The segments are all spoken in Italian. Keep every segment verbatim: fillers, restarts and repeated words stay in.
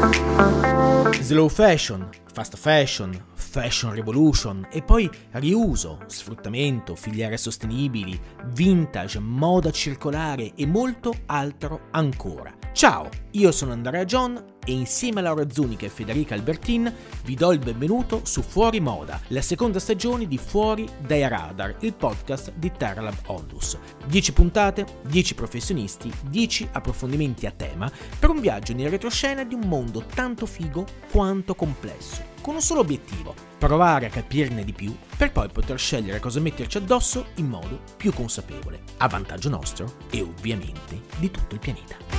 Slow fashion, fast fashion, fashion revolution e poi riuso, sfruttamento, filiere sostenibili, vintage, moda circolare e molto altro ancora. Ciao, io sono Andrea John e insieme a Laura Zuniga e Federica Albertin vi do il benvenuto su Fuori Moda, la seconda stagione di Fuori dai Radar, il podcast di Terralab Onlus. dieci puntate, dieci professionisti, dieci approfondimenti a tema per un viaggio nel retroscena di un mondo tanto figo quanto complesso, con un solo obiettivo: provare a capirne di più per poi poter scegliere cosa metterci addosso in modo più consapevole, a vantaggio nostro e ovviamente di tutto il pianeta.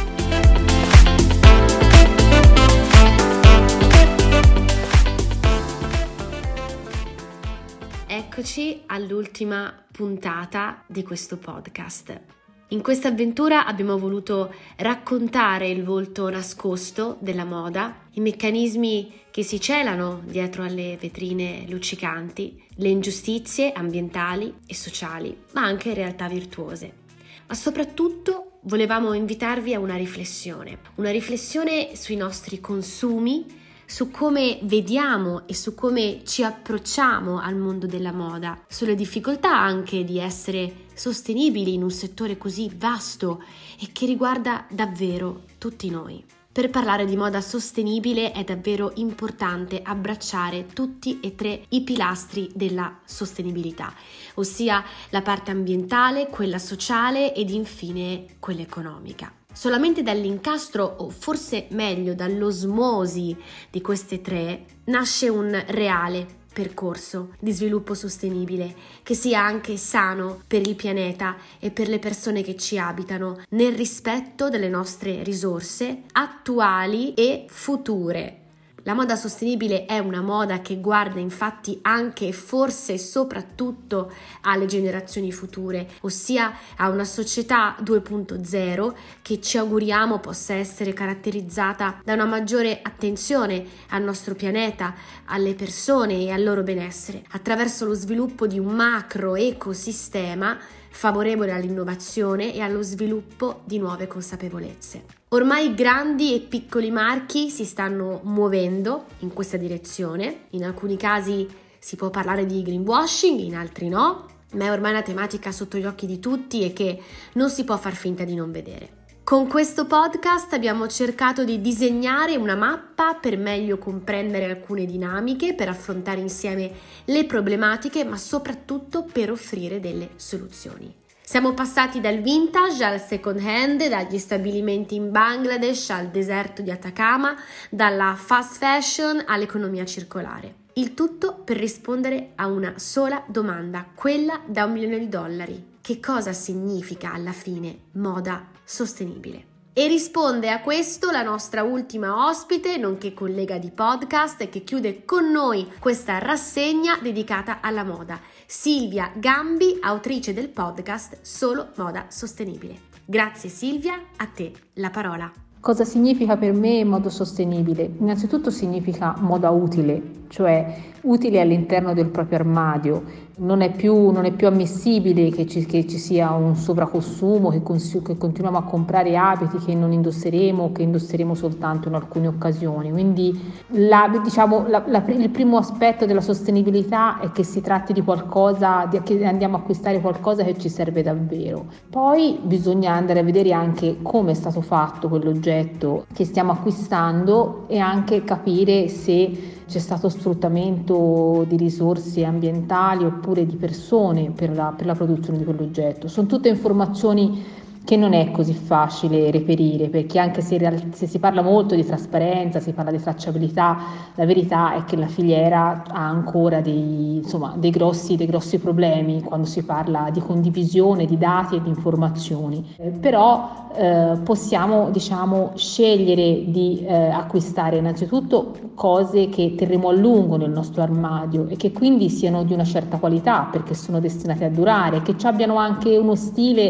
Eccoci all'ultima puntata di questo podcast. In questa avventura abbiamo voluto raccontare il volto nascosto della moda, i meccanismi che si celano dietro alle vetrine luccicanti, le ingiustizie ambientali e sociali, ma anche realtà virtuose. Ma soprattutto volevamo invitarvi a una riflessione, una riflessione sui nostri consumi, su come vediamo e su come ci approcciamo al mondo della moda, sulle difficoltà anche di essere sostenibili in un settore così vasto e che riguarda davvero tutti noi. Per parlare di moda sostenibile è davvero importante abbracciare tutti e tre i pilastri della sostenibilità, ossia la parte ambientale, quella sociale ed infine quella economica. Solamente dall'incastro, o forse meglio dall'osmosi di queste tre, nasce un reale percorso di sviluppo sostenibile che sia anche sano per il pianeta e per le persone che ci abitano, nel rispetto delle nostre risorse attuali e future. La moda sostenibile è una moda che guarda infatti anche e forse e soprattutto alle generazioni future, ossia a una società due punto zero che ci auguriamo possa essere caratterizzata da una maggiore attenzione al nostro pianeta, alle persone e al loro benessere, attraverso lo sviluppo di un macro ecosistema favorevole all'innovazione e allo sviluppo di nuove consapevolezze. Ormai grandi e piccoli marchi si stanno muovendo in questa direzione, in alcuni casi si può parlare di greenwashing, in altri no, ma è ormai una tematica sotto gli occhi di tutti e che non si può far finta di non vedere. Con questo podcast abbiamo cercato di disegnare una mappa per meglio comprendere alcune dinamiche, per affrontare insieme le problematiche, ma soprattutto per offrire delle soluzioni. Siamo passati dal vintage al second hand, dagli stabilimenti in Bangladesh al deserto di Atacama, dalla fast fashion all'economia circolare. Il tutto per rispondere a una sola domanda, quella da un milione di dollari. Che cosa significa alla fine moda sostenibile? E risponde a questo la nostra ultima ospite, nonché collega di podcast, che chiude con noi questa rassegna dedicata alla moda, Silvia Gambi, autrice del podcast Solo Moda Sostenibile. Grazie Silvia, a te la parola. Cosa significa per me moda sostenibile? Innanzitutto significa moda utile, cioè utile all'interno del proprio armadio. Non è più, non è più ammissibile che ci, che ci sia un sovraconsumo, che, cons- che continuiamo a comprare abiti che non indosseremo, che indosseremo soltanto in alcune occasioni. Quindi la, diciamo, la, la, il primo aspetto della sostenibilità è che si tratti di qualcosa, di, che andiamo a acquistare qualcosa che ci serve davvero. Poi bisogna andare a vedere anche come è stato fatto quell'oggetto che stiamo acquistando e anche capire se c'è stato sfruttamento di risorse ambientali oppure di persone per la, per la produzione di quell'oggetto. Sono tutte informazioni che non è così facile reperire, perché anche se, se si parla molto di trasparenza, si parla di tracciabilità, la verità è che la filiera ha ancora dei, insomma, dei grossi, dei grossi problemi quando si parla di condivisione di dati e di informazioni. Eh, però eh, possiamo, diciamo, scegliere di eh, acquistare innanzitutto cose che terremo a lungo nel nostro armadio e che quindi siano di una certa qualità, perché sono destinate a durare, che ci abbiano anche uno stile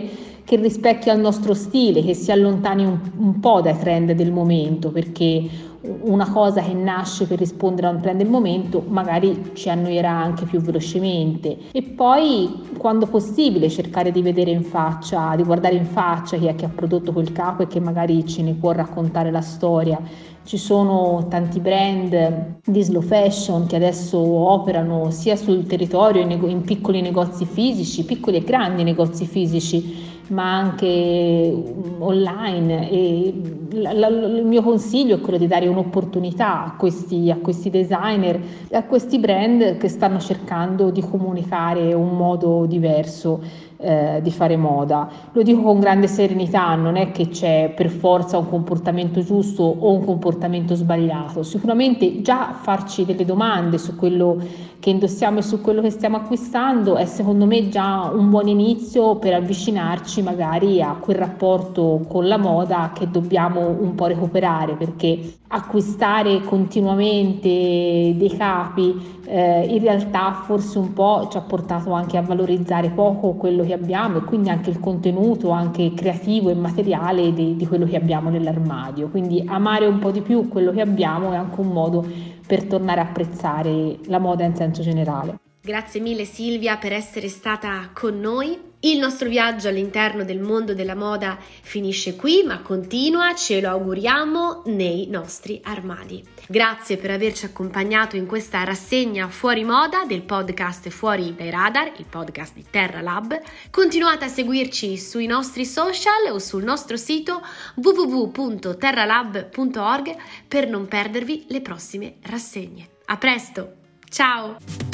che rispecchia il nostro stile, che si allontani un, un po' dai trend del momento, perché una cosa che nasce per rispondere a un trend del momento magari ci annoierà anche più velocemente. E poi, quando possibile, cercare di vedere in faccia, di guardare in faccia chi è che ha prodotto quel capo e che magari ce ne può raccontare la storia. Ci sono tanti brand di slow fashion che adesso operano sia sul territorio, in, nego- in piccoli negozi fisici, piccoli e grandi negozi fisici, ma anche online. E la, la, il mio consiglio è quello di dare un'opportunità a questi, a questi designer e a questi brand che stanno cercando di comunicare un modo diverso Eh, di fare moda. Lo dico con grande serenità, non è che c'è per forza un comportamento giusto o un comportamento sbagliato. Sicuramente già farci delle domande su quello che indossiamo e su quello che stiamo acquistando è secondo me già un buon inizio per avvicinarci magari a quel rapporto con la moda che dobbiamo un po' recuperare, perché acquistare continuamente dei capi eh, in realtà forse un po' ci ha portato anche a valorizzare poco quello che abbiamo e quindi anche il contenuto anche creativo e materiale di, di quello che abbiamo nell'armadio. Quindi amare un po' di più quello che abbiamo è anche un modo per tornare a apprezzare la moda in senso generale. Grazie mille Silvia per essere stata con noi. Il nostro viaggio all'interno del mondo della moda finisce qui, ma continua, ce lo auguriamo, nei nostri armadi. Grazie per averci accompagnato in questa rassegna Fuori Moda del podcast Fuori dai Radar, il podcast di Terra Lab. Continuate a seguirci sui nostri social o sul nostro sito w w w punto terralab punto org per non perdervi le prossime rassegne. A presto, ciao!